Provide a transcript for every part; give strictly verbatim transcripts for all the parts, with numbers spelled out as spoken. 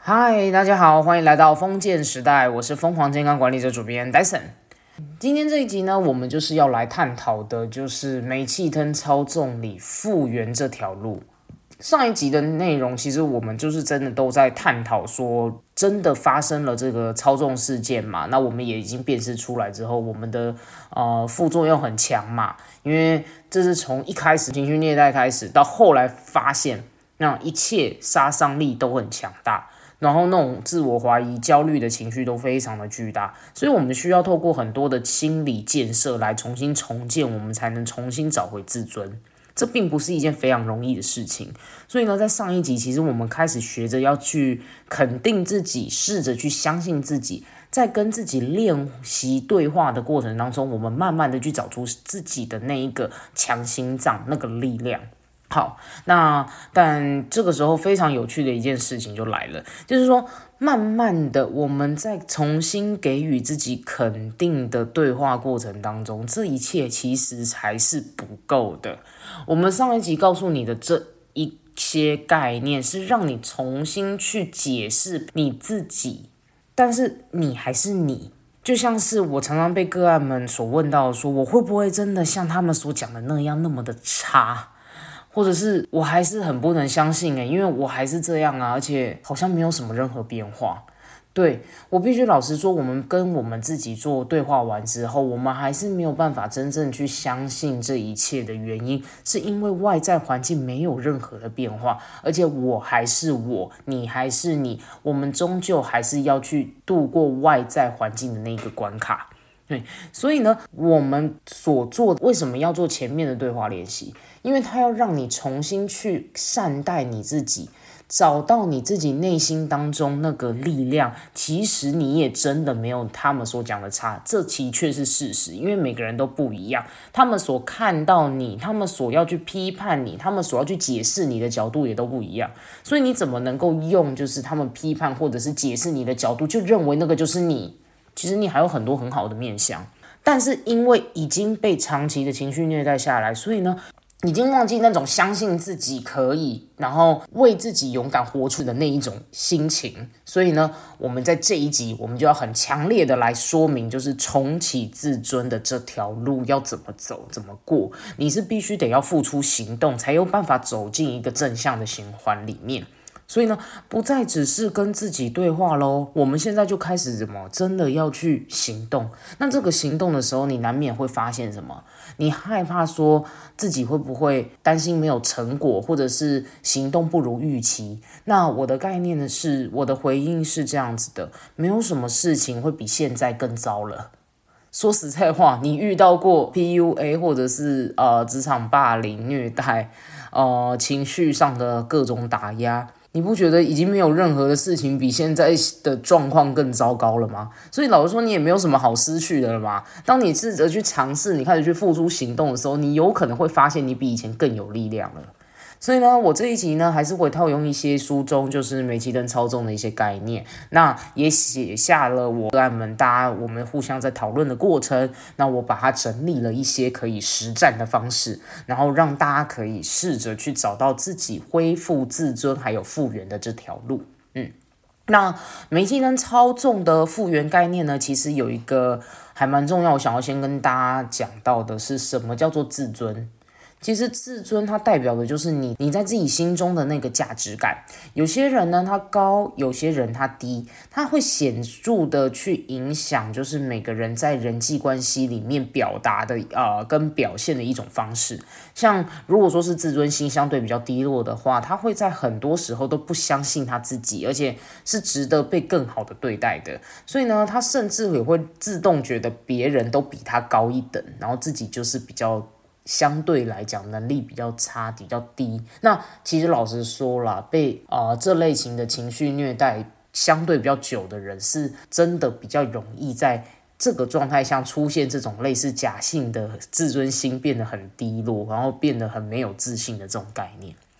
嗨，大家好，欢迎来到封建时代，我是疯狂健康管理者主编 Dyson。今天这一集呢，我们就是要来探讨的，就是煤气灯操纵里复原这条路。上一集的内容，其实我们就是真的都在探讨说，真的发生了这个操纵事件嘛？那我们也已经辨识出来之后，我们的呃副作用很强嘛，因为这是从一开始情绪虐待开始，到后来发现，那一切杀伤力都很强大。然后那种自我怀疑、焦虑的情绪都非常的巨大，所以我们需要透过很多的心理建设来重新重建，我们才能重新找回自尊。这并不是一件非常容易的事情，所以呢，在上一集其实我们开始学着要去肯定自己，试着去相信自己，在跟自己练习对话的过程当中，我们慢慢的去找出自己的那一个强心脏，那个力量。好，那但这个时候非常有趣的一件事情就来了，就是说，慢慢的我们在重新给予自己肯定的对话过程当中，这一切其实才是不够的。我们上一集告诉你的这一些概念，是让你重新去解释你自己，但是你还是你。就像是我常常被个案们所问到说，我会不会真的像他们所讲的那样那么的差？或者是我还是很不能相信诶，因为我还是这样啊，而且好像没有什么任何变化。对，我必须老实说，我们跟我们自己做对话完之后，我们还是没有办法真正去相信这一切的原因，是因为外在环境没有任何的变化，而且我还是我，你还是你，我们终究还是要去度过外在环境的那个关卡。对，所以呢，我们所做为什么要做前面的对话练习？因为它要让你重新去善待你自己，找到你自己内心当中那个力量。其实你也真的没有他们所讲的差，这的确是事实。因为每个人都不一样，他们所看到你，他们所要去批判你，他们所要去解释你的角度也都不一样。所以你怎么能够用就是他们批判或者是解释你的角度，就认为那个就是你？其实你还有很多很好的面向，但是因为已经被长期的情绪虐待下来，所以呢，已经忘记那种相信自己可以，然后为自己勇敢活出的那一种心情。所以呢，我们在这一集，我们就要很强烈的来说明，就是重启自尊的这条路要怎么走，怎么过。你是必须得要付出行动，才有办法走进一个正向的循环里面。所以呢，不再只是跟自己对话咯，我们现在就开始什么，真的要去行动。那这个行动的时候，你难免会发现什么？你害怕说自己会不会担心没有成果，或者是行动不如预期。那我的概念呢是，我的回应是这样子的，没有什么事情会比现在更糟了。说实在话，你遇到过 P U A 或者是呃职场霸凌、虐待、呃情绪上的各种打压，你不觉得已经没有任何的事情比现在的状况更糟糕了吗？所以老实说，你也没有什么好失去的了嘛。当你试着去尝试，你开始去付出行动的时候，你有可能会发现你比以前更有力量了。所以呢，我这一集呢，还是会套用一些书中就是煤气灯操纵的一些概念，那也写下了我个案们大家我们互相在讨论的过程，那我把它整理了一些可以实战的方式，然后让大家可以试着去找到自己恢复自尊还有复原的这条路。嗯，那煤气灯操纵的复原概念呢，其实有一个还蛮重要，我想要先跟大家讲到的是什么叫做自尊。其实自尊它代表的就是你你在自己心中的那个价值感。有些人呢他高，有些人他低，他会显著的去影响就是每个人在人际关系里面表达的呃跟表现的一种方式。像如果说是自尊心相对比较低落的话，他会在很多时候都不相信他自己，而且是值得被更好的对待的。所以呢，他甚至也会自动觉得别人都比他高一等，然后自己就是比较相对来讲能力比较差，比较低。那其实老实说啦，被呃这类型的情绪虐待相对比较久的人，是真的比较容易在这个状态下出现这种类似假性的自尊心变得很低落，然后变得很没有自信的这种概念。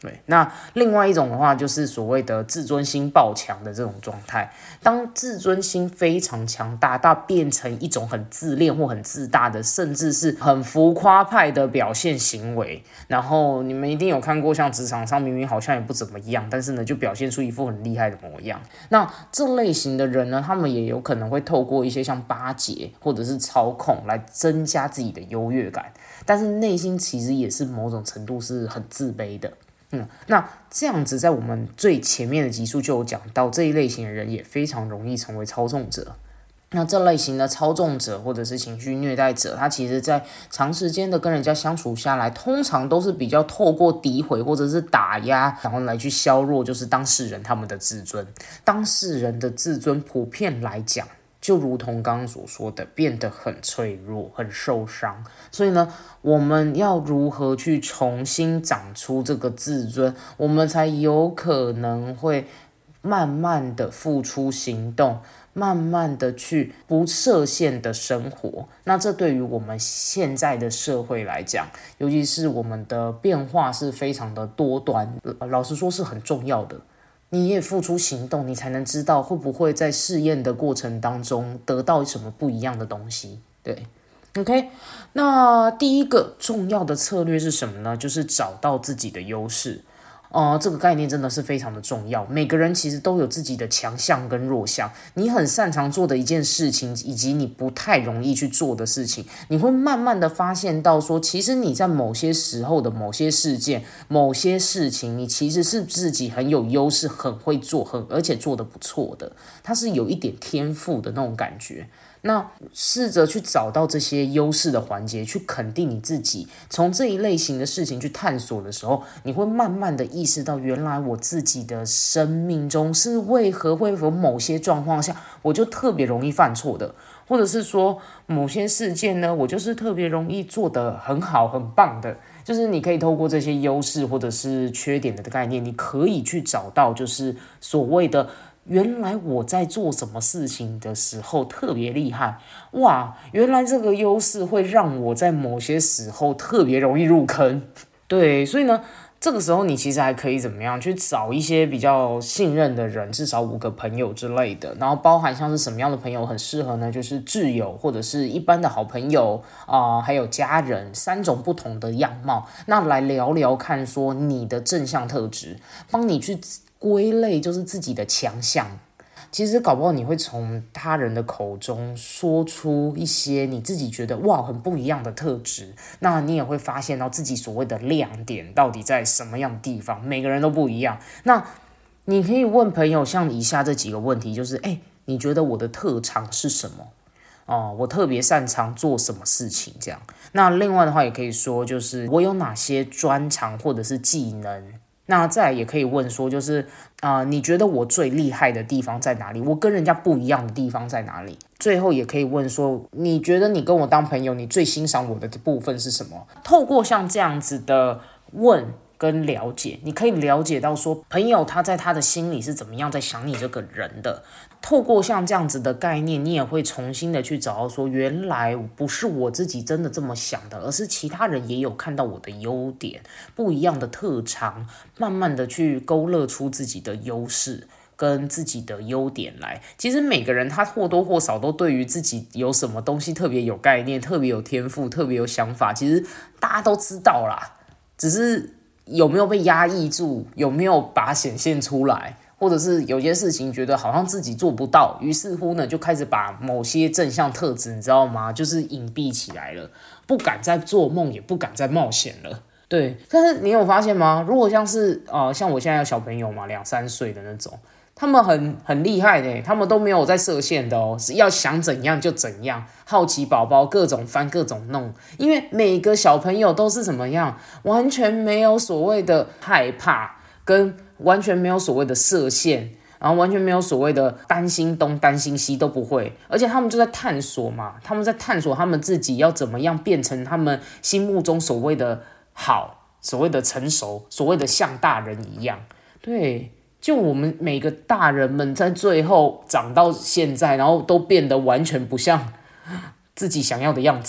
对，那另外一种的话，就是所谓的自尊心爆强的这种状态。当自尊心非常强大，到变成一种很自恋或很自大的，甚至是很浮夸派的表现行为。然后你们一定有看过，像职场上明明好像也不怎么样，但是呢，就表现出一副很厉害的模样。那这类型的人呢，他们也有可能会透过一些像巴结或者是操控来增加自己的优越感，但是内心其实也是某种程度是很自卑的。嗯，那这样子在我们最前面的集数就有讲到，这一类型的人也非常容易成为操纵者。那这类型的操纵者或者是情绪虐待者，他其实在长时间的跟人家相处下来，通常都是比较透过诋毁或者是打压，然后来去削弱就是当事人他们的自尊。当事人的自尊普遍来讲，就如同刚刚所说的，变得很脆弱、很受伤。所以呢，我们要如何去重新长出这个自尊，我们才有可能会慢慢的付出行动，慢慢的去不设限的生活。那这对于我们现在的社会来讲，尤其是我们的变化是非常的多端，老实说是很重要的。你也付出行动，你才能知道会不会在试验的过程当中得到什么不一样的东西。对 ，OK， 那第一个重要的策略是什么呢？就是找到自己的优势。呃，这个概念真的是非常的重要。每个人其实都有自己的强项跟弱项，你很擅长做的一件事情，以及你不太容易去做的事情，你会慢慢的发现到说，其实你在某些时候的某些事件、某些事情，你其实是自己很有优势，很会做，很而且做得不错的，它是有一点天赋的那种感觉。那试着去找到这些优势的环节，去肯定你自己，从这一类型的事情去探索的时候，你会慢慢的意识到，原来我自己的生命中是为何会有某些状况下，我就特别容易犯错的，或者是说某些事件呢，我就是特别容易做得很好很棒的。就是你可以透过这些优势或者是缺点的概念，你可以去找到就是所谓的原来我在做什么事情的时候特别厉害，哇，原来这个优势会让我在某些时候特别容易入坑。对，所以呢，这个时候你其实还可以怎么样去找一些比较信任的人，至少五个朋友之类的，然后包含像是什么样的朋友很适合呢？就是挚友或者是一般的好朋友啊、呃，还有家人，三种不同的样貌，那来聊聊看说你的正向特质，帮你去归类就是自己的强项。其实搞不好你会从他人的口中说出一些你自己觉得哇很不一样的特质，那你也会发现到自己所谓的亮点到底在什么样的地方，每个人都不一样。那你可以问朋友像以下这几个问题，就是哎，你觉得我的特长是什么？哦，我特别擅长做什么事情这样。那另外的话也可以说，就是我有哪些专长或者是技能。那再来也可以问说，就是啊、呃，你觉得我最厉害的地方在哪里？我跟人家不一样的地方在哪里？最后也可以问说，你觉得你跟我当朋友，你最欣赏我的部分是什么？透过像这样子的问跟了解，你可以了解到说，朋友他在他的心里是怎么样在想你这个人的。透过像这样子的概念，你也会重新的去找到说，原来不是我自己真的这么想的，而是其他人也有看到我的优点，不一样的特长，慢慢的去勾勒出自己的优势跟自己的优点来。其实每个人他或多或少都对于自己有什么东西特别有概念，特别有天赋，特别有想法，其实大家都知道啦，只是有没有被压抑住，有没有把它显现出来，或者是有些事情觉得好像自己做不到，于是乎呢就开始把某些正向特质，你知道吗？就是隐蔽起来了，不敢再做梦，也不敢再冒险了。对，但是你有发现吗？如果像是呃，像我现在有小朋友嘛，两三岁的那种，他们很很厉害的，他们都没有在设限的哦，是要想怎样就怎样，好奇宝宝各种翻各种弄，因为每个小朋友都是怎么样，完全没有所谓的害怕，跟完全没有所谓的设限，然后完全没有所谓的担心东担心西都不会，而且他们就在探索嘛，他们在探索他们自己要怎么样变成他们心目中所谓的好，所谓的成熟，所谓的像大人一样。对，就我们每个大人们在最后长到现在，然后都变得完全不像自己想要的样子，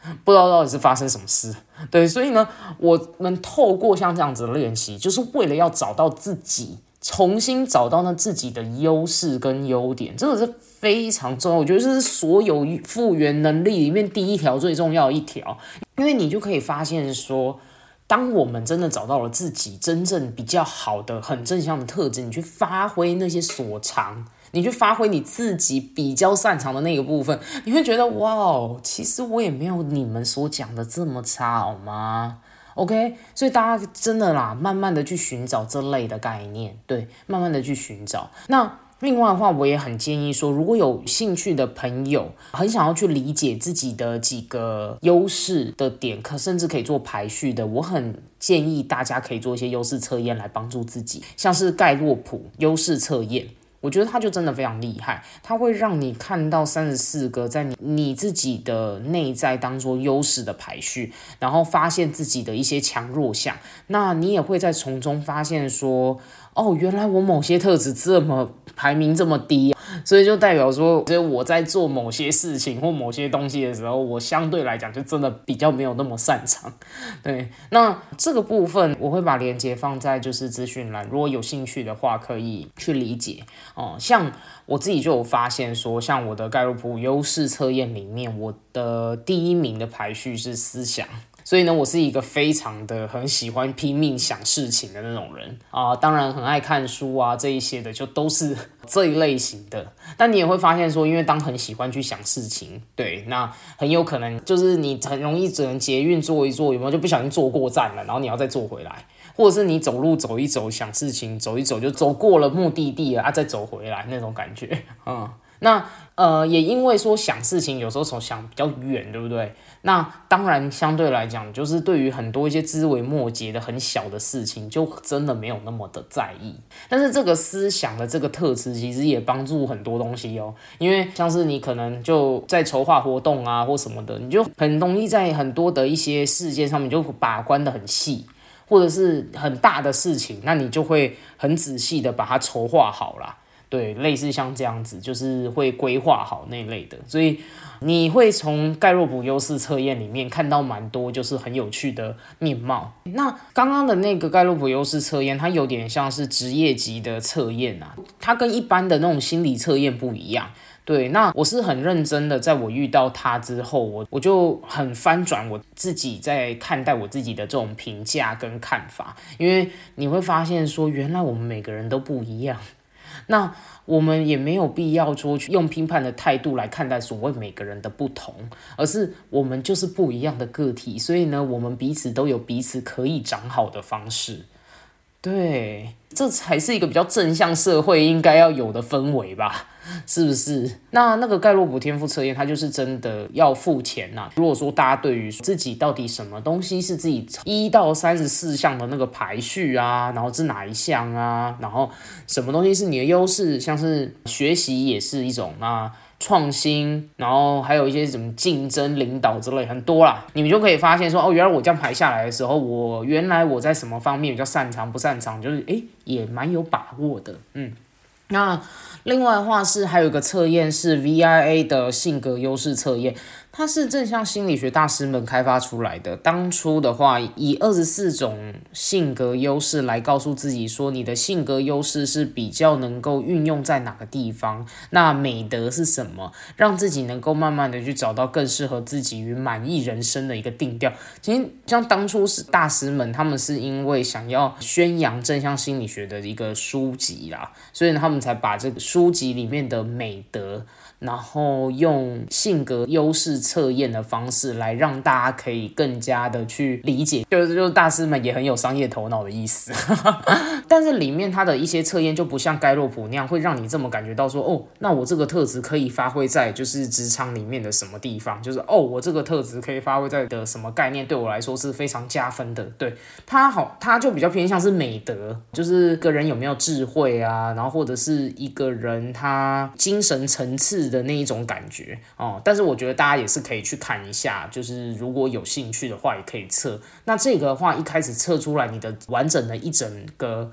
不知道到底是发生什么事。对，所以呢，我们透过像这样子的练习，就是为了要找到自己，重新找到那自己的优势跟优点，这个是非常重要。我觉得这是所有复原能力里面第一条最重要的一条，因为你就可以发现说，当我们真的找到了自己真正比较好的、很正向的特质，你去发挥那些所长，你去发挥你自己比较擅长的那个部分，你会觉得哇哦，其实我也没有你们所讲的这么差，好吗？OK， 所以大家真的啦，慢慢的去寻找这类的概念，对，慢慢的去寻找。那另外的话，我也很建议说，如果有兴趣的朋友，很想要去理解自己的几个优势的点，可甚至可以做排序的，我很建议大家可以做一些优势测验来帮助自己，像是盖洛普优势测验。我觉得它就真的非常厉害，它会让你看到三十四个在你你自己的内在当做优势的排序，然后发现自己的一些强弱项，那你也会在从中发现说，哦，原来我某些特质这么排名这么低，所以就代表说，我在做某些事情或某些东西的时候，我相对来讲就真的比较没有那么擅长。对，那这个部分我会把连结放在就是资讯栏，如果有兴趣的话可以去理解哦。像我自己就有发现说，像我的盖洛普优势测验里面，我的第一名的排序是思想。所以呢，我是一个非常的很喜欢拼命想事情的那种人啊、呃，当然很爱看书啊，这一些的就都是这一类型的。但你也会发现说，因为当很喜欢去想事情，对，那很有可能就是你很容易只能捷运坐一坐，有没有就不小心坐过站了，然后你要再坐回来，或者是你走路走一走想事情，走一走就走过了目的地了啊，再走回来那种感觉，嗯。那呃，也因为说想事情有时候从想比较远，对不对？那当然相对来讲，就是对于很多一些枝微末节的很小的事情，就真的没有那么的在意。但是这个思想的这个特质，其实也帮助很多东西哦。因为像是你可能就在筹划活动啊或什么的，你就很容易在很多的一些事件上面就把关的很细，或者是很大的事情，那你就会很仔细的把它筹划好啦。对，类似像这样子，就是会规划好那类的，所以你会从盖洛普优势测验里面看到蛮多就是很有趣的面貌。那刚刚的那个盖洛普优势测验，它有点像是职业级的测验啊，它跟一般的那种心理测验不一样。对，那我是很认真的，在我遇到它之后，我我就很翻转我自己在看待我自己的这种评价跟看法，因为你会发现说，原来我们每个人都不一样。那我们也没有必要说用批判的态度来看待所谓每个人的不同，而是我们就是不一样的个体，所以呢，我们彼此都有彼此可以长好的方式。对，这才是一个比较正向社会应该要有的氛围吧，是不是？那那个盖洛普天赋测验，它就是真的要付钱呐、啊。如果说大家对于自己到底什么东西是自己一到三十四项的那个排序啊，然后是哪一项啊，然后什么东西是你的优势，像是学习也是一种啊。创新，然后还有一些什么竞争、领导之类，很多啦。你们就可以发现说，哦，原来我这样排下来的时候，我原来我在什么方面比较擅长，不擅长，就是诶也蛮有把握的，嗯。那另外的话是还有一个测验是 V I A 的性格优势测验，它是正向心理学大师们开发出来的。当初的话，以二十四种性格优势来告诉自己说，你的性格优势是比较能够运用在哪个地方，那美德是什么，让自己能够慢慢的去找到更适合自己与满意人生的一个定调。其实像当初是大师们，他们是因为想要宣扬正向心理学的一个书籍啦，所以他们才把这个书籍里面的美德，然后用性格优势测验的方式来让大家可以更加的去理解，就是就是大师们也很有商业头脑的意思。但是里面它的一些测验就不像盖洛普那样会让你这么感觉到说，哦，那我这个特质可以发挥在就是职场里面的什么地方，就是哦，我这个特质可以发挥在的什么概念对我来说是非常加分的。对，它好，它就比较偏向是美德，就是个人有没有智慧啊，然后或者是一个人他精神层次的那一种感觉哦。但是我觉得大家也是可以去看一下，就是如果有兴趣的话也可以测。那这个的话一开始测出来你的完整的一整个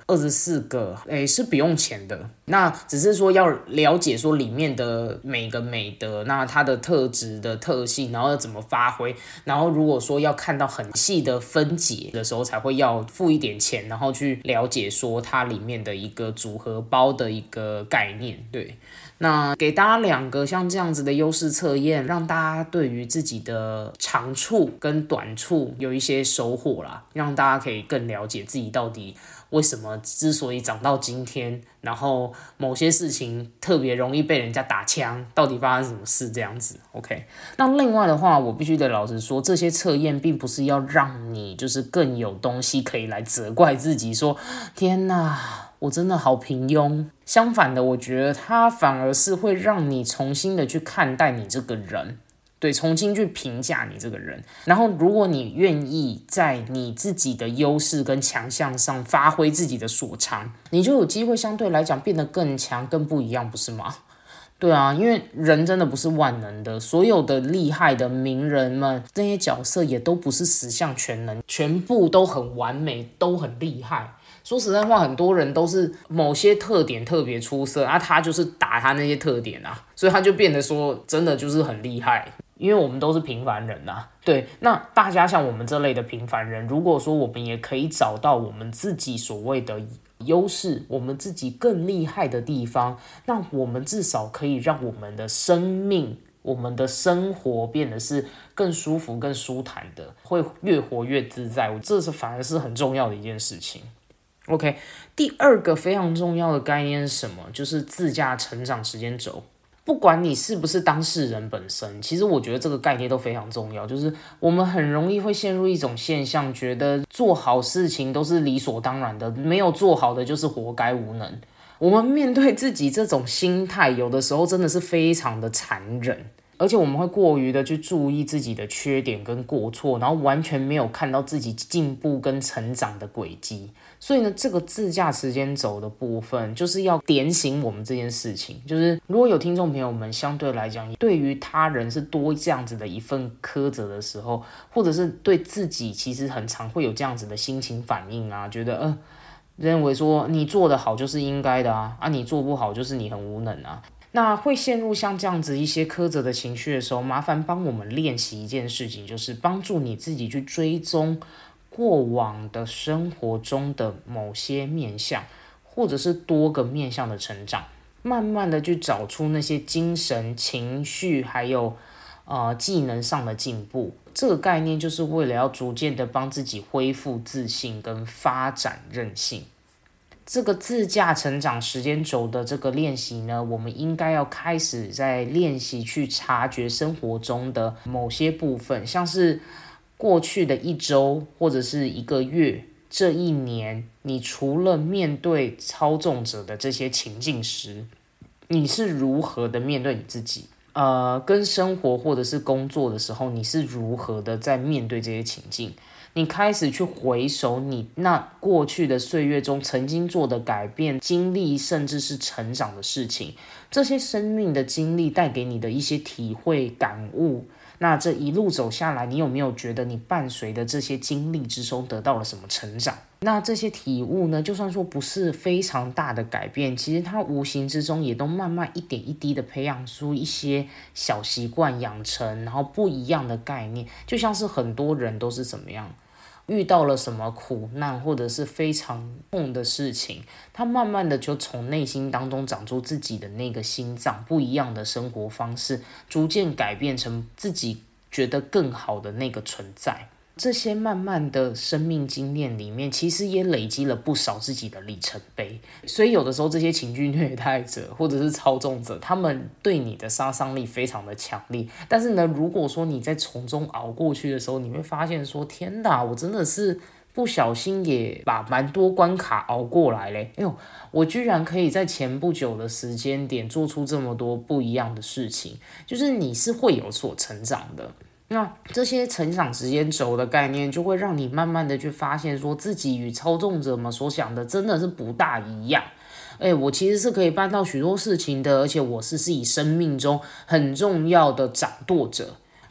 二十四个，诶，是不用钱的。那只是说要了解说里面的每个美德，那它的特质的特性，然后要怎么发挥。然后如果说要看到很细的分解的时候，才会要付一点钱，然后去了解说它里面的一个组合包的一个概念。对，那给大家两个像这样子的优势测验，让大家对于自己的长处跟短处有一些收获啦，让大家可以更了解自己到底为什么之所以长到今天，然后某些事情特别容易被人家打枪，到底发生什么事这样子。 OK， 那另外的话，我必须得老实说，这些测验并不是要让你就是更有东西可以来责怪自己说天哪我真的好平庸。相反的，我觉得它反而是会让你重新的去看待你这个人，对，重新去评价你这个人。然后如果你愿意在你自己的优势跟强项上发挥自己的所长，你就有机会相对来讲变得更强更不一样，不是吗？对啊，因为人真的不是万能的，所有的厉害的名人们这些角色也都不是十项全能，全部都很完美，都很厉害。说实在话，很多人都是某些特点特别出色啊，他就是打他那些特点啊，所以他就变得说真的就是很厉害。因为我们都是平凡人啊，对，那大家像我们这类的平凡人，如果说我们也可以找到我们自己所谓的优势，我们自己更厉害的地方，那我们至少可以让我们的生命我们的生活变得是更舒服更舒坦的，会越活越自在，这是反而是很重要的一件事情。OK， 第二个非常重要的概念是什么？就是自驾成长时间轴。不管你是不是当事人本身，其实我觉得这个概念都非常重要。就是我们很容易会陷入一种现象，觉得做好事情都是理所当然的，没有做好的就是活该无能。我们面对自己这种心态，有的时候真的是非常的残忍。而且我们会过于的去注意自己的缺点跟过错，然后完全没有看到自己进步跟成长的轨迹。所以呢，这个自驾时间轴的部分就是要点醒我们这件事情，就是如果有听众朋友们相对来讲对于他人是多这样子的一份苛责的时候，或者是对自己其实很常会有这样子的心情反应啊，觉得呃认为说你做得好就是应该的啊，啊你做不好就是你很无能啊，那会陷入像这样子一些苛责的情绪的时候，麻烦帮我们练习一件事情，就是帮助你自己去追踪过往的生活中的某些面向，或者是多个面向的成长，慢慢的去找出那些精神、情绪还有呃技能上的进步。这个概念就是为了要逐渐的帮自己恢复自信跟发展韧性。这个自驾成长时间轴的这个练习呢，我们应该要开始在练习去察觉生活中的某些部分，像是过去的一周或者是一个月，这一年，你除了面对操纵者的这些情境时，你是如何的面对你自己？呃，跟生活或者是工作的时候，你是如何的在面对这些情境？你开始去回首你那过去的岁月中曾经做的改变、经历，甚至是成长的事情，这些生命的经历带给你的一些体会、感悟。那这一路走下来，你有没有觉得你伴随的这些经历之中得到了什么成长？那这些体悟呢，就算说不是非常大的改变，其实它无形之中也都慢慢一点一滴的培养出一些小习惯养成，然后不一样的概念。就像是很多人都是怎么样遇到了什么苦难或者是非常痛的事情，他慢慢的就从内心当中长出自己的那个心脏，不一样的生活方式，逐渐改变成自己觉得更好的那个存在。这些慢慢的生命经验里面，其实也累积了不少自己的里程碑。所以有的时候这些情绪虐待者或者是操纵者，他们对你的杀伤力非常的强烈。但是呢，如果说你在从中熬过去的时候，你会发现说，天哪，我真的是不小心也把蛮多关卡熬过来嘞。哎呦，我居然可以在前不久的时间点做出这么多不一样的事情，就是你是会有所成长的。那这些成长时间轴的概念，就会让你慢慢的去发现说，自己与操纵者们所想的真的是不大一样。哎，我其实是可以办到许多事情的，而且我是是以生命中很重要的掌舵者。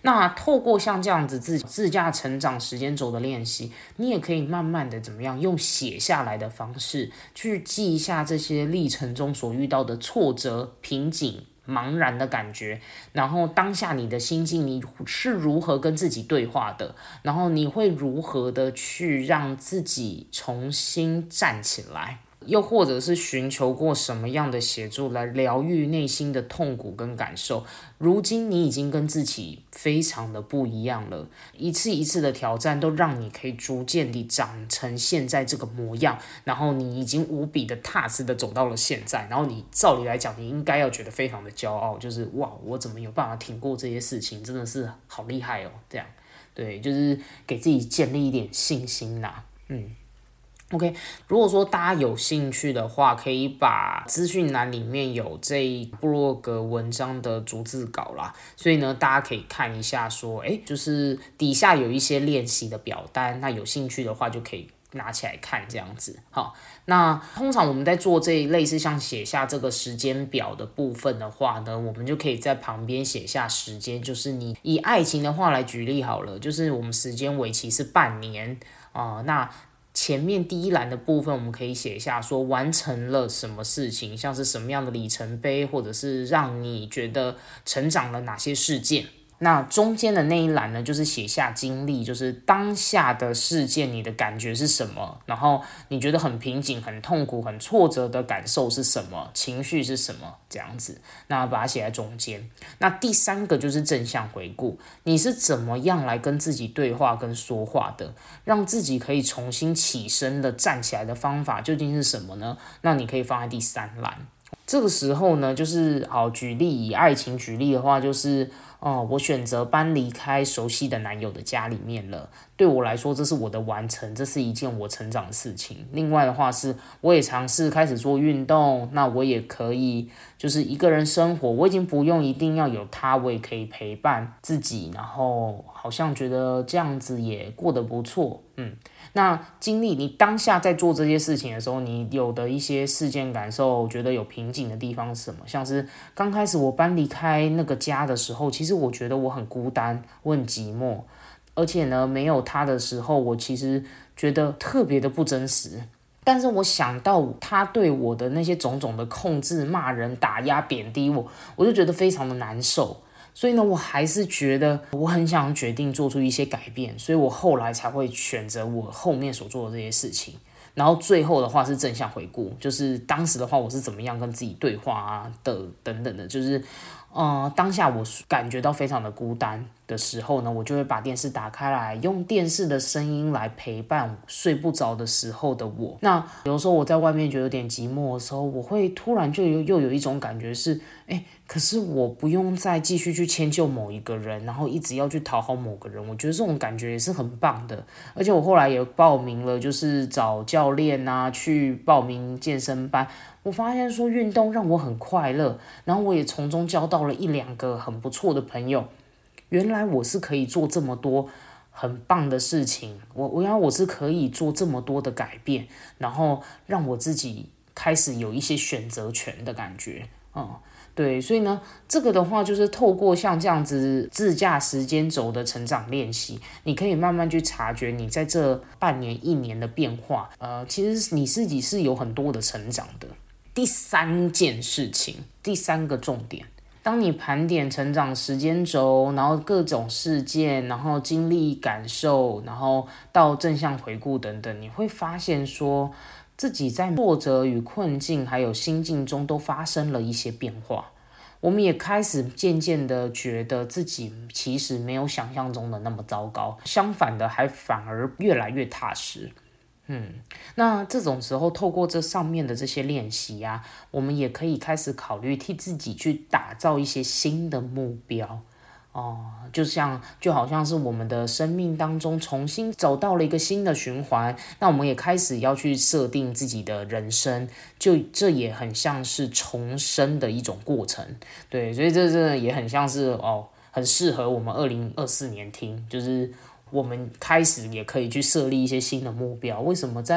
那透过像这样子自自驾成长时间轴的练习，你也可以慢慢的怎么样，用写下来的方式去记一下这些历程中所遇到的挫折、瓶颈、茫然的感觉，然后当下你的心境你是如何跟自己对话的，然后你会如何的去让自己重新站起来，又或者是寻求过什么样的协助来疗愈内心的痛苦跟感受。如今你已经跟自己非常的不一样了，一次一次的挑战都让你可以逐渐地长成现在这个模样，然后你已经无比的踏实的走到了现在，然后你照理来讲你应该要觉得非常的骄傲，就是哇，我怎么有办法挺过这些事情，真的是好厉害哦，这样，对，就是给自己建立一点信心啦，嗯。OK， 如果说大家有兴趣的话，可以把资讯栏里面有这部落格文章的逐字稿啦，所以呢，大家可以看一下说，哎，就是底下有一些练习的表单，那有兴趣的话就可以拿起来看这样子。好，那通常我们在做这一类似像写下这个时间表的部分的话呢，我们就可以在旁边写下时间，就是你以爱情的话来举例好了，就是我们时间为期是半年啊、呃，那前面第一栏的部分，我们可以写下说完成了什么事情，像是什么样的里程碑，或者是让你觉得成长了哪些事件。那中间的那一栏呢，就是写下经历，就是当下的事件你的感觉是什么，然后你觉得很瓶颈、很痛苦、很挫折的感受是什么，情绪是什么，这样子，那把它写在中间。那第三个就是正向回顾，你是怎么样来跟自己对话跟说话的，让自己可以重新起身的站起来的方法究竟是什么呢？那你可以放在第三栏。这个时候呢，就是好举例，以爱情举例的话，就是哦，我选择搬离开熟悉的男友的家里面了。对我来说，这是我的完成，这是一件我成长的事情。另外的话是，我也尝试开始做运动，那我也可以就是一个人生活，我已经不用一定要有他，我也可以陪伴自己，然后好像觉得这样子也过得不错，嗯。那经历你当下在做这些事情的时候，你有的一些事件感受，觉得有瓶颈的地方是什么？像是刚开始我搬离开那个家的时候，其实我觉得我很孤单，我很寂寞，而且呢，没有他的时候，我其实觉得特别的不真实。但是我想到他对我的那些种种的控制、骂人、打压、贬低我，我就觉得非常的难受。所以呢，我还是觉得我很想决定做出一些改变，所以我后来才会选择我后面所做的这些事情。然后最后的话是正向回顾，就是当时的话我是怎么样跟自己对话啊的等等的，就是呃当下我感觉到非常的孤单的时候呢，我就会把电视打开来，用电视的声音来陪伴睡不着的时候的我。那有时候我在外面觉得有点寂寞的时候，我会突然就有又有一种感觉是，哎，可是我不用再继续去迁就某一个人，然后一直要去讨好某个人，我觉得这种感觉也是很棒的。而且我后来也报名了，就是找教练啊，去报名健身班。我发现说运动让我很快乐，然后我也从中交到了一两个很不错的朋友。原来我是可以做这么多很棒的事情，我我原来我是可以做这么多的改变，然后让我自己开始有一些选择权的感觉，嗯。对，所以呢，这个的话就是透过像这样子自驾时间轴的成长练习，你可以慢慢去察觉你在这半年、一年的变化。呃，其实你自己是有很多的成长的。第三件事情，第三个重点，当你盘点成长时间轴，然后各种事件，然后经历、感受，然后到正向回顾等等，你会发现说，自己在挫折与困境还有心境中都发生了一些变化，我们也开始渐渐的觉得自己其实没有想象中的那么糟糕，相反的还反而越来越踏实。嗯，那这种时候透过这上面的这些练习啊，我们也可以开始考虑替自己去打造一些新的目标。哦，就像就好像是我们的生命当中重新走到了一个新的循环，那我们也开始要去设定自己的人生，就这也很像是重生的一种过程。对，所以这真的也很像是哦，很适合我们二零二四年听，就是我们开始也可以去设立一些新的目标。为什么在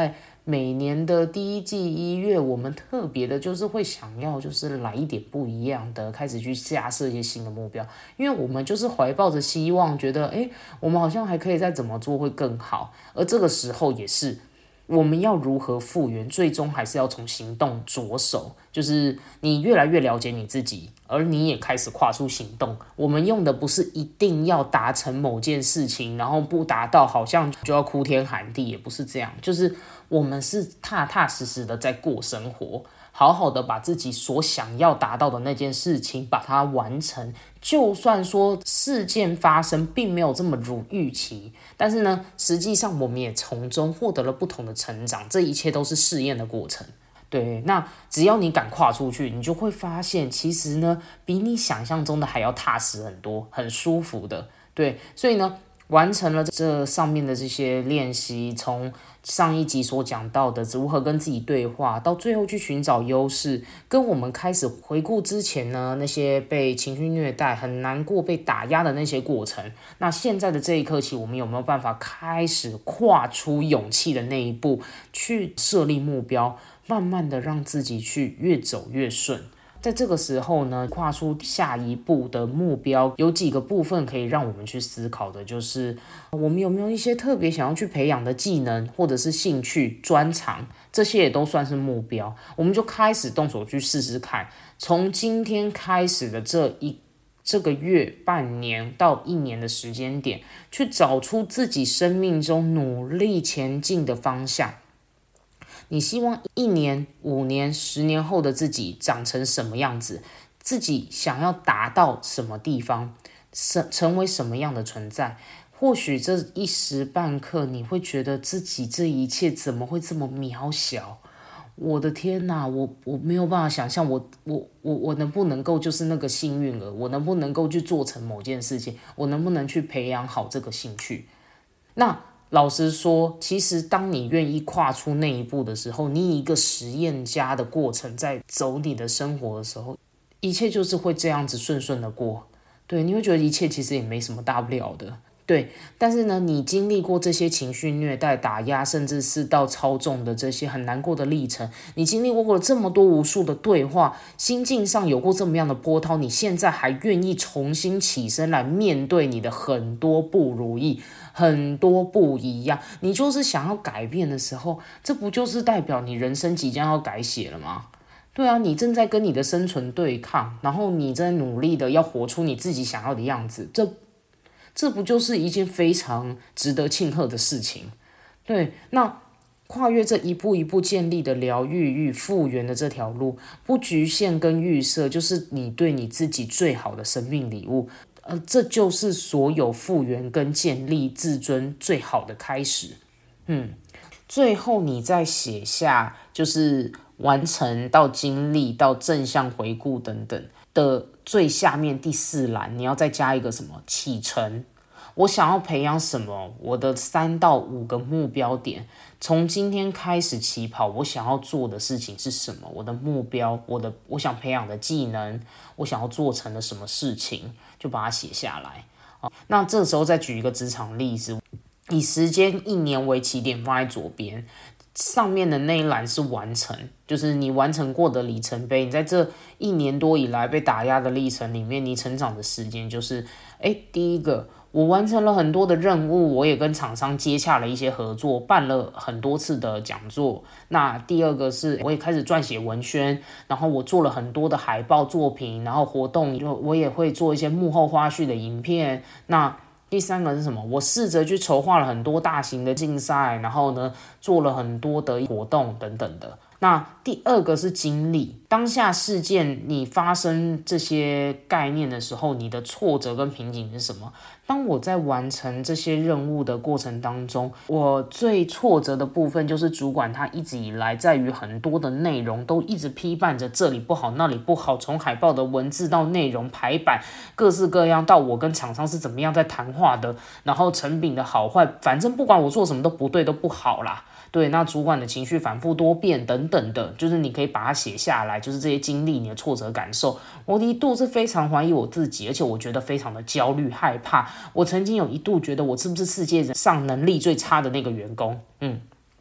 每年的第一季一月，我们特别的就是会想要就是来一点不一样的，开始去架设一些新的目标，因为我们就是怀抱着希望，觉得诶我们好像还可以再怎么做会更好，而这个时候也是我们要如何复原，最终还是要从行动着手，就是你越来越了解你自己，而你也开始跨出行动。我们用的不是一定要达成某件事情，然后不达到好像就要哭天喊地，也不是这样，就是我们是踏踏实实的在过生活，好好的把自己所想要达到的那件事情把它完成，就算说事件发生并没有这么如预期，但是呢，实际上我们也从中获得了不同的成长，这一切都是试验的过程。对，那只要你敢跨出去，你就会发现，其实呢，比你想象中的还要踏实很多，很舒服的。对，所以呢，完成了这上面的这些练习，从上一集所讲到的如何跟自己对话，到最后去寻找优势，跟我们开始回顾之前呢那些被情绪虐待、很难过、被打压的那些过程。那现在的这一刻起，我们有没有办法开始跨出勇气的那一步，去设立目标，慢慢的让自己去越走越顺？在这个时候呢，跨出下一步的目标，有几个部分可以让我们去思考的，就是我们有没有一些特别想要去培养的技能，或者是兴趣、专长，这些也都算是目标。我们就开始动手去试试看，从今天开始的这一这个月、半年到一年的时间点，去找出自己生命中努力前进的方向。你希望一年、五年、十年后的自己长成什么样子？自己想要达到什么地方？成为什么样的存在？或许这一时半刻，你会觉得自己这一切怎么会这么渺小？我的天哪，我我没有办法想象我，我我我能不能够就是那个幸运儿？我能不能够去做成某件事情？我能不能去培养好这个兴趣？那老实说，其实当你愿意跨出那一步的时候，你以一个实验家的过程在走你的生活的时候，一切就是会这样子顺顺的过。对，你会觉得一切其实也没什么大不了的。对，但是呢，你经历过这些情绪虐待、打压，甚至是到操纵的这些很难过的历程，你经历过了这么多无数的对话，心境上有过这么样的波涛，你现在还愿意重新起身来面对你的很多不如意，很多不一样，你就是想要改变的时候，这不就是代表你人生即将要改写了吗？对啊，你正在跟你的生存对抗，然后你在努力的要活出你自己想要的样子，这这不就是一件非常值得庆贺的事情？对，那跨越这一步一步建立的疗愈与复原的这条路，不局限跟预设，就是你对你自己最好的生命礼物。呃，这就是所有复原跟建立自尊最好的开始。嗯，最后你再写下，就是完成到经历到正向回顾等等的最下面第四栏，你要再加一个什么？启程。我想要培养什么？我的三到五个目标点，从今天开始起跑，我想要做的事情是什么？我的目标，我的我想培养的技能，我想要做成的什么事情，就把它写下来。哦，那这时候再举一个职场例子，以时间一年为起点放在左边，上面的那一栏是完成，就是你完成过的里程碑。你在这一年多以来被打压的历程里面，你成长的时间就是，哎，第一个，我完成了很多的任务，我也跟厂商接洽了一些合作，办了很多次的讲座。那第二个是，我也开始撰写文宣，然后我做了很多的海报作品，然后活动就我也会做一些幕后花絮的影片。那第三个是什么？我试着去筹划了很多大型的竞赛，然后呢，做了很多的活动等等的。那第二个是经历当下事件，你发生这些概念的时候，你的挫折跟瓶颈是什么？当我在完成这些任务的过程当中，我最挫折的部分就是主管他一直以来在于很多的内容都一直批判着这里不好那里不好，从海报的文字到内容排版各式各样，到我跟厂商是怎么样在谈话的，然后成品的好坏，反正不管我做什么都不对都不好啦。对，那主管的情绪反复多变等等的，就是你可以把它写下来，就是这些经历你的挫折感受。我一度是非常怀疑我自己，而且我觉得非常的焦虑害怕。我曾经有一度觉得我是不是世界上能力最差的那个员工，嗯。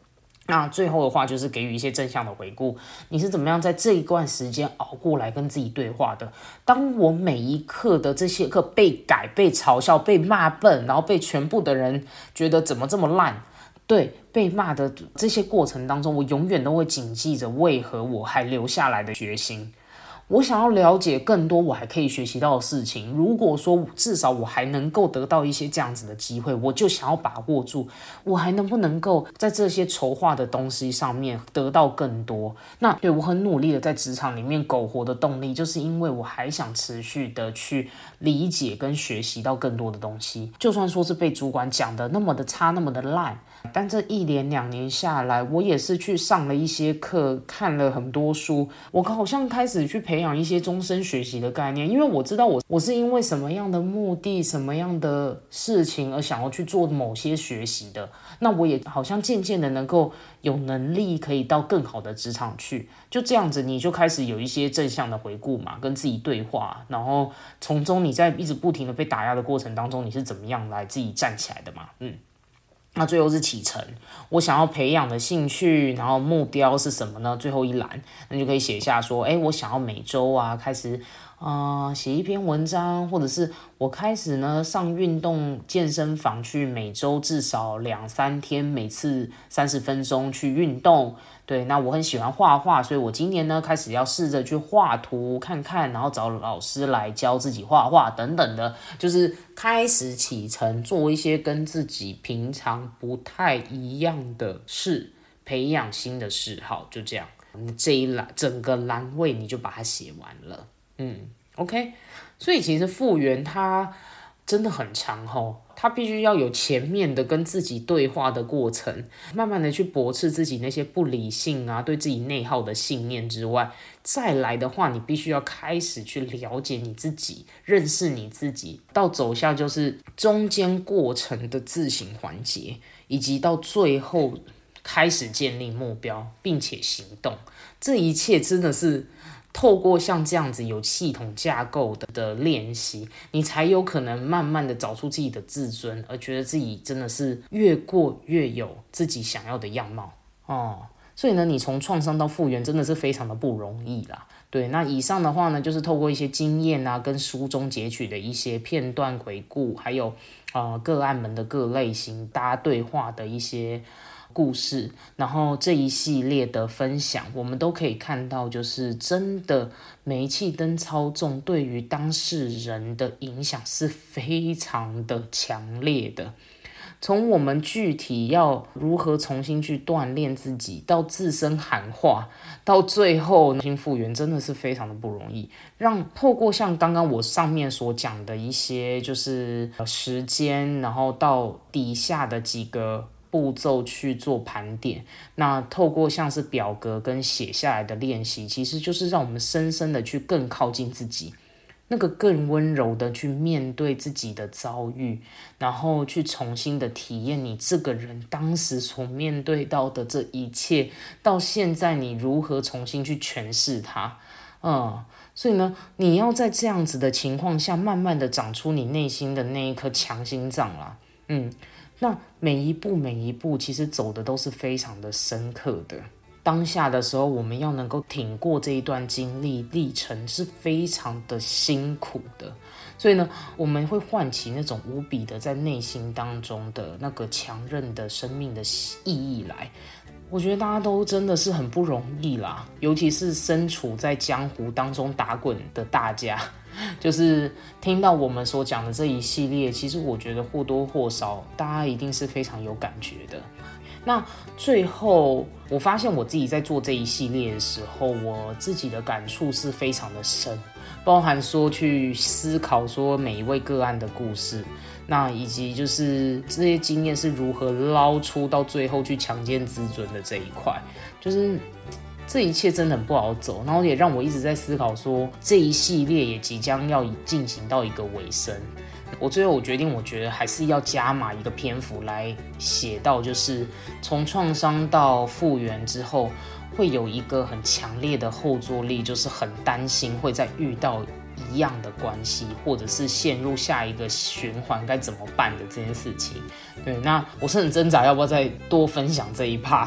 那最后的话就是给予一些正向的回顾，你是怎么样在这一段时间熬过来跟自己对话的？当我每一刻的这些课被改、被嘲笑、被骂笨，然后被全部的人觉得怎么这么烂，对，被骂的这些过程当中，我永远都会谨记着为何我还留下来的决心。我想要了解更多我还可以学习到的事情，如果说至少我还能够得到一些这样子的机会，我就想要把握住，我还能不能够在这些筹划的东西上面得到更多。那对，我很努力的在职场里面苟活的动力，就是因为我还想持续的去理解跟学习到更多的东西，就算说是被主管讲的那么的差那么的烂，但这一连两年下来，我也是去上了一些课，看了很多书，我好像开始去培养一些终身学习的概念，因为我知道我我是因为什么样的目的、什么样的事情而想要去做某些学习的，那我也好像渐渐的能够有能力可以到更好的职场去，就这样子你就开始有一些正向的回顾嘛，跟自己对话，然后从中你在一直不停的被打压的过程当中，你是怎么样来自己站起来的嘛，嗯。那最后是启程，我想要培养的兴趣，然后目标是什么呢？最后一栏，那就可以写下说，哎，我想要每周啊开始，呃，写一篇文章，或者是我开始呢上运动健身房去，每周至少两三天，每次三十分钟去运动。对，那我很喜欢画画，所以我今年呢开始要试着去画图看看，然后找老师来教自己画画等等的，就是开始启程，做一些跟自己平常不太一样的事，培养新的嗜好，就这样，这一栏整个栏位你就把它写完了，嗯 ，OK， 所以其实复原它真的很长吼。他必须要有前面的跟自己对话的过程，慢慢的去驳斥自己那些不理性啊，对自己内耗的信念之外，再来的话，你必须要开始去了解你自己，认识你自己，到走向就是中间过程的自省环节，以及到最后开始建立目标，并且行动，这一切真的是透过像这样子有系统架构 的, 的练习，你才有可能慢慢的找出自己的自尊，而觉得自己真的是越过越有自己想要的样貌哦。所以呢，你从创伤到复原真的是非常的不容易啦。对，那以上的话呢，就是透过一些经验啊，跟书中截取的一些片段回顾，还有呃个案们的各类型大家对话的一些故事，然后这一系列的分享，我们都可以看到，就是真的煤气灯操纵对于当事人的影响是非常的强烈的。从我们具体要如何重新去锻炼自己，到自身喊话，到最后重新复原，真的是非常的不容易。让透过像刚刚我上面所讲的一些，就是时间，然后到底下的几个步骤去做盘点，那透过像是表格跟写下来的练习，其实就是让我们深深的去更靠近自己，那个更温柔的去面对自己的遭遇，然后去重新的体验你这个人当时所面对到的这一切，到现在你如何重新去诠释它。嗯，所以呢，你要在这样子的情况下，慢慢的长出你内心的那一颗强心脏啦。嗯。那每一步每一步其实走的都是非常的深刻的，当下的时候我们要能够挺过这一段经历历程是非常的辛苦的，所以呢我们会唤起那种无比的在内心当中的那个强韧的生命的意义来。我觉得大家都真的是很不容易啦，尤其是身处在江湖当中打滚的大家，就是听到我们所讲的这一系列，其实我觉得或多或少大家一定是非常有感觉的。那最后我发现我自己在做这一系列的时候，我自己的感触是非常的深，包含说去思考说每一位个案的故事，那以及就是这些经验是如何捞出到最后去强健自尊的这一块，就是这一切真的很不好走，然后也让我一直在思考说这一系列也即将要进行到一个尾声。我最后我决定，我觉得还是要加码一个篇幅来写到，就是从创伤到复原之后，会有一个很强烈的后坐力，就是很担心会再遇到一样的关系，或者是陷入下一个循环该怎么办的这件事情。对，那我是很挣扎要不要再多分享这一 part。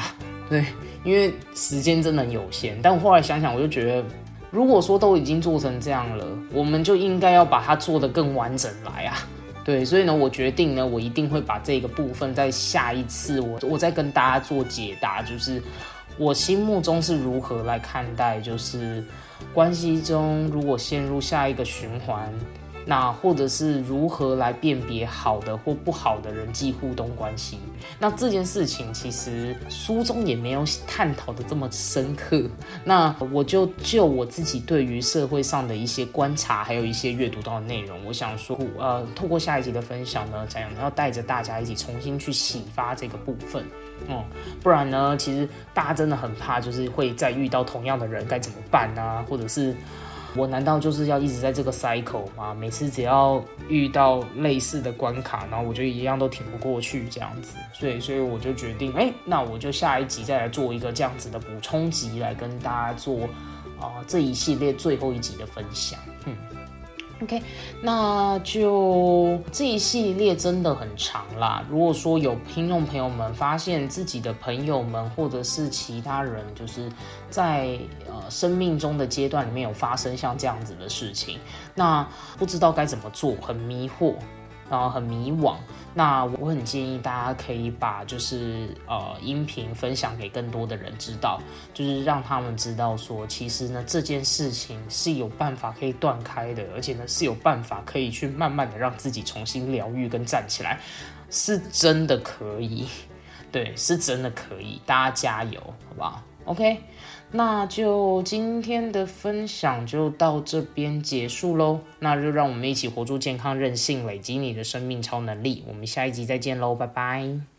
对，因为时间真的很有限。但我后来想想，我就觉得，如果说都已经做成这样了，我们就应该要把它做得更完整来啊。对，所以呢，我决定呢，我一定会把这个部分在下一次我我再跟大家做解答，就是我心目中是如何来看待，就是关系中如果陷入下一个循环，那或者是如何来辨别好的或不好的人际互动关系。那这件事情其实书中也没有探讨的这么深刻，那我就就我自己对于社会上的一些观察，还有一些阅读到的内容，我想说呃，透过下一集的分享呢，想要带着大家一起重新去启发这个部分。嗯，不然呢，其实大家真的很怕，就是会再遇到同样的人该怎么办啊？或者是我难道就是要一直在这个 cycle 吗？每次只要遇到类似的关卡，然后我就一样都挺不过去这样子，所以所以我就决定，哎，那我就下一集再来做一个这样子的补充集，来跟大家做啊、呃、这一系列最后一集的分享。嗯。OK， 那就这一系列真的很长啦。如果说有听众朋友们发现自己的朋友们或者是其他人，就是在呃生命中的阶段里面有发生像这样子的事情，那不知道该怎么做，很迷惑，然后很迷惘。那我很建议大家可以把就是呃音频分享给更多的人知道，就是让他们知道说，其实呢这件事情是有办法可以断开的，而且呢是有办法可以去慢慢的让自己重新疗愈跟站起来，是真的可以，对，是真的可以，大家加油，好不好 ？OK， 那就今天的分享就到这边结束咯。那就让我们一起活出健康韧性，累积你的生命超能力。我们下一集再见咯，拜拜。